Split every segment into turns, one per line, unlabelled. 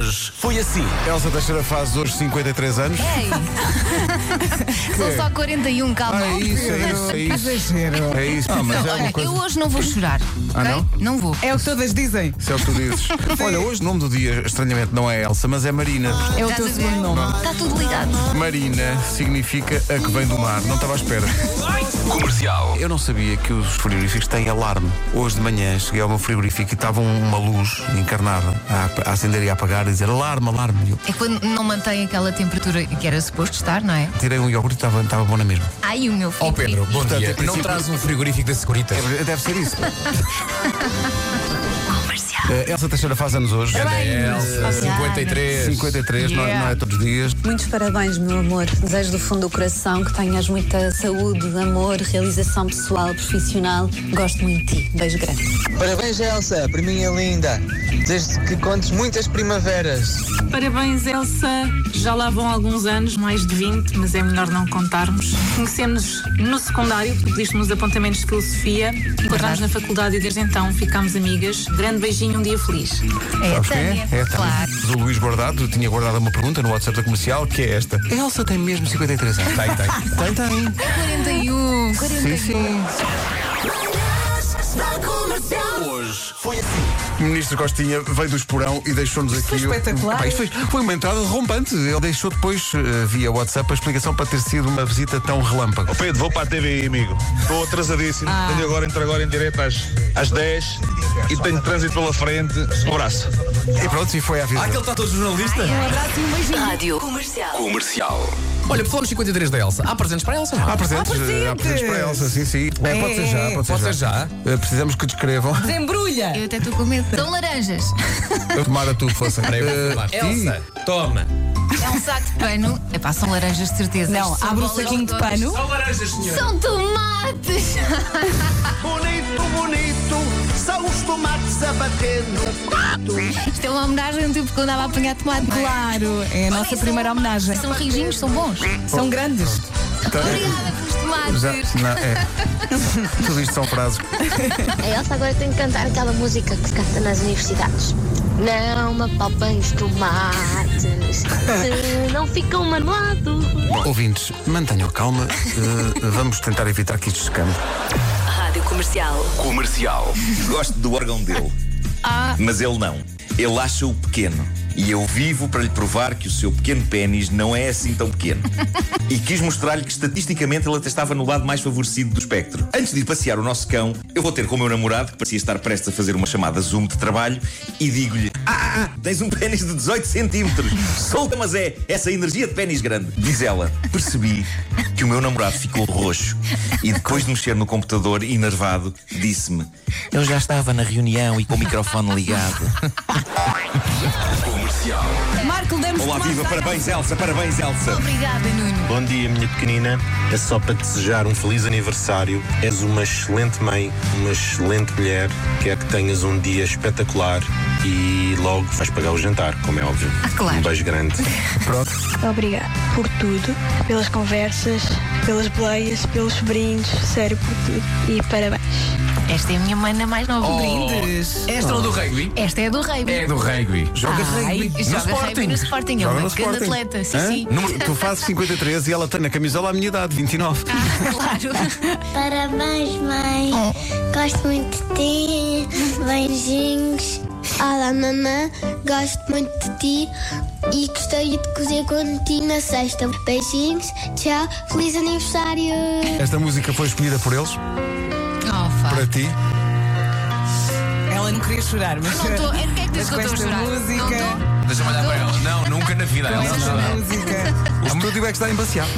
Hoje foi assim.
Elsa Teixeira faz hoje 53 anos.
Ei! São só 41, calma.
É isso. É isso. Mas é uma
Olha,
coisa.
eu hoje não vou chorar.
Ah,
ok?
não?
Não vou.
É o que todas dizem.
Se é o que tu dizes. Olha, hoje o nome do dia, estranhamente, não é Elsa, mas é Marina.
É o
Estás
teu
a ver?
segundo nome.
Está tudo ligado.
Marina significa a que vem do mar. Não estava à espera.
Comercial.
Eu não sabia que os frigoríficos têm alarme. Hoje de manhã cheguei ao meu frigorífico e estava uma luz encarnada a acender e a apagar e dizer alarme, alarme. Eu
É quando não mantém aquela temperatura que era suposto estar, não é?
tirei um iogurte e estava bom na mesma.
Ai, o meu filho.
Ó Pedro, bom
Portanto,
dia.
em princípio-
Não traz um frigorífico da Securitas?
Deve ser isso. Elsa Teixeira faz anos hoje.
Elsa, 53.
53, não é todos os dias.
Muitos parabéns, meu amor. Desejo do fundo do coração que tenhas muita saúde, amor, realização pessoal, profissional. Gosto muito de ti. Beijo grande.
Parabéns, Elsa, para mim é linda. Desejo que contes muitas primaveras.
Parabéns, Elsa. Já lá vão alguns anos, mais de 20, mas é melhor não contarmos. Conhecemos no secundário, porque diste nos apontamentos de filosofia. Encontramos na faculdade e desde então ficámos amigas. Grande beijinho, um dia feliz.
É a
Sabes quem
Tânia.
é? É a Tânia.
Claro.
Mas o Luís Bordado tinha guardado uma pergunta no WhatsApp da comercial que é esta. A Elsa tem mesmo 53 anos?
Tem.
Tem.
41, 41.
Sim.
Hoje foi assim.
O ministro Costinha veio do Esporão e deixou-nos aqui.
foi espetacular.
Epá, isto foi uma entrada rompante. Ele deixou depois, via WhatsApp, a explicação para ter sido uma visita tão relâmpago.
Pedro, vou para a TV, amigo. Estou atrasadíssimo. Entro agora em direto às 10 e tenho trânsito pela frente. Um abraço.
E pronto, e foi à vida.
Aquele está todo jornalista?
Um abraço e um beijinho.
Rádio Comercial.
Comercial. Olha, falou nos 53 da Elsa. Há presentes para a Elsa?
Há presentes,
presentes.
há presentes para a Elsa, sim. Pode ser já,
Pode ser já.
Precisamos que descrevam.
Desembrulha.
Eu até estou com medo. São laranjas.
Eu tomara tu, fosse.
Espera aí, eu vou filmar. Elsa, toma.
É um saco de pano. Epá, são laranjas de certeza.
Não,
São
abre o
bolas
saquinho de
todas.
pano.
São laranjas, senhora.
São tomates.
Bonito, são os tomates a bater no prato.
Isto é uma homenagem a um tipo que andava a apanhar tomate. não é?
Claro, é a nossa primeira homenagem.
São rijinhos, são bons.
São grandes.
Obrigada pelos tomates.
Não, é. Tudo isto são frases.
A Elsa agora tem que cantar aquela música que se canta nas universidades. Não me apalpem os tomates, se não ficam marmelados.
Ouvintes, mantenham calma. Vamos tentar evitar que isto se escambe.
Rádio Comercial.
Comercial.
Gosto do órgão dele. Mas ele não. Ele acha-o pequeno. E eu vivo para lhe provar que o seu pequeno pénis não é assim tão pequeno. E quis mostrar-lhe que estatisticamente ele até estava no lado mais favorecido do espectro. Antes de ir passear o nosso cão, eu vou ter com o meu namorado, que parecia estar prestes a fazer uma chamada Zoom de trabalho, e digo-lhe: tens um pénis de 18 centímetros. Solta, mas é essa energia de pénis grande. Diz ela. Percebi que o meu namorado ficou roxo e depois de mexer no computador, enervado, disse-me: eu já estava na reunião e com o microfone ligado.
Marco, demos
Olá, viva, parabéns Elsa, parabéns Elsa.
Obrigada, Nuno.
Bom dia, minha pequenina. É só para te desejar um feliz aniversário. És uma excelente mãe, uma excelente mulher. Quero que tenhas um dia espetacular e logo vais pagar o jantar, como é óbvio.
Claro.
Um beijo grande.
Pronto.
Obrigada por tudo, pelas conversas, pelas boleias, pelos brindes, sério por tudo. E parabéns.
Esta é a minha mana mais nova.
brindes.
Esta não é do rugby?
Esta é do rugby.
É do rugby.
Joga rugby.
Joga rugby no Sporting. É
Joga
uma
no
grande
Sporting.
atleta. Sim,
Hã?
sim.
Tu fazes 53 e ela tem na camisola a minha idade, 29.
Claro.
Parabéns, mãe. Gosto muito de ti. Beijinhos. Olá, mamãe. Gosto muito de ti e gostaria de cozer contigo na sexta. Beijinhos. Tchau. Feliz aniversário.
Esta música foi escolhida por eles, para ti.
Ela não queria chorar, mas.
Não estou. É porque é que diz
Mas
que eu
com
estou a
esta
chorar?
música.
Não estou.
Deixa-me olhar para ela. Não, nunca na vida.
Com
Elsa.
esta música.
O estúdio é que está embaciado.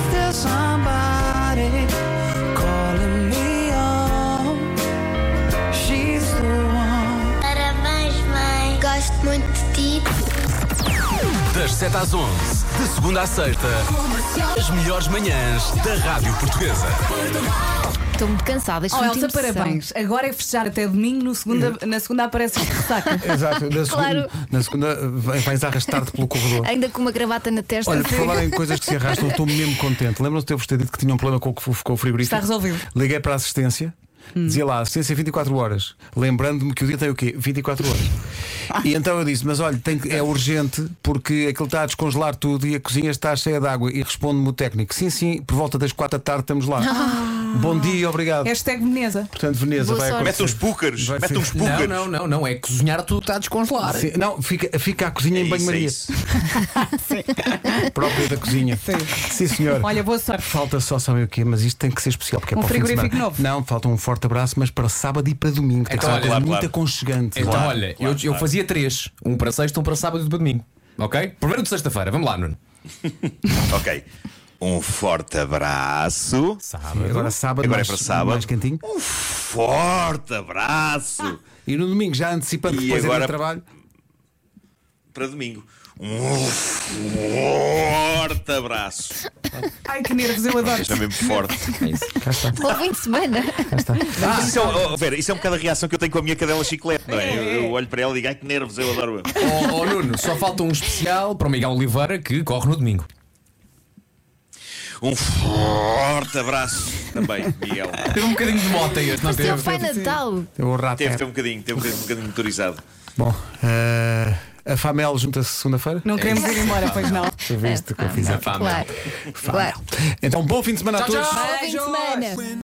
Parabéns, mãe. Gosto muito de ti.
Das 7 às 11, de segunda à sexta, as melhores manhãs da Rádio Portuguesa.
Estou muito cansada.
Oh, Elsa, parabéns. Agora é fechar até domingo, na segunda aparece de ressaca.
Exato.
Claro.
Na segunda vais arrastar-te pelo corredor.
Ainda com uma gravata na testa.
Olha, por falar em coisas que se arrastam, estou mesmo contente. Lembram-se de ter-vos ter dito que tinham um problema com o frigorífico?
Está resolvido.
Liguei para a assistência Dizia lá, assistência 24 horas. Lembrando-me que o dia tem o quê? 24 horas. E então eu disse, mas olha, é urgente porque aquilo está a descongelar tudo e a cozinha está cheia de água. E responde-me o técnico: sim, por volta das 4 da tarde estamos lá. Bom dia, obrigado.
Hashtag Veneza.
Portanto, Veneza vai acontecer.
Mete uns púcaros. Mete uns púcaros.
Não, é cozinhar tudo está a descongelar.
Sim, não, fica a cozinha em banho-maria. Própria da cozinha. Sim, senhor.
Olha, boa sorte.
Falta só saber o quê, mas isto tem que ser especial porque é para o fim de
frigorífico
semana.
novo.
Não, falta um forte abraço, mas para sábado e para domingo. Tem que ser uma coisa muito aconchegante.
Então, olha, eu fazia 3: um para sexta, um para sábado e para domingo. Ok? Primeiro de sexta-feira, vamos lá, Nuno.
Ok. Um forte abraço.
Agora sábado,
Agora é para sábado.
mais quentinho.
Um forte abraço.
E no domingo, já antecipando
E
depois
agora
do trabalho.
Para domingo. Um forte abraço.
Ai, que nervos, eu adoro.
Isto é mesmo forte.
Cá está.
Bom fim de semana.
Isso é um bocado a reação que eu tenho com a minha cadela Chiclete, não é? Eu olho para ela e digo, ai que nervos, eu adoro.
Nuno, só falta um especial para o Miguel Oliveira que corre no domingo.
Um forte abraço também, Miguel.
Teve um bocadinho de moto este, não teve?
Pai Natal.
Teve um bocadinho motorizado.
Bom, a Famel junta-se segunda-feira.
Não queremos ir embora, pois não.
Tu viste o que eu fiz a Famel.
Claro.
Então, bom fim de semana a todos.
Bom fim de semana.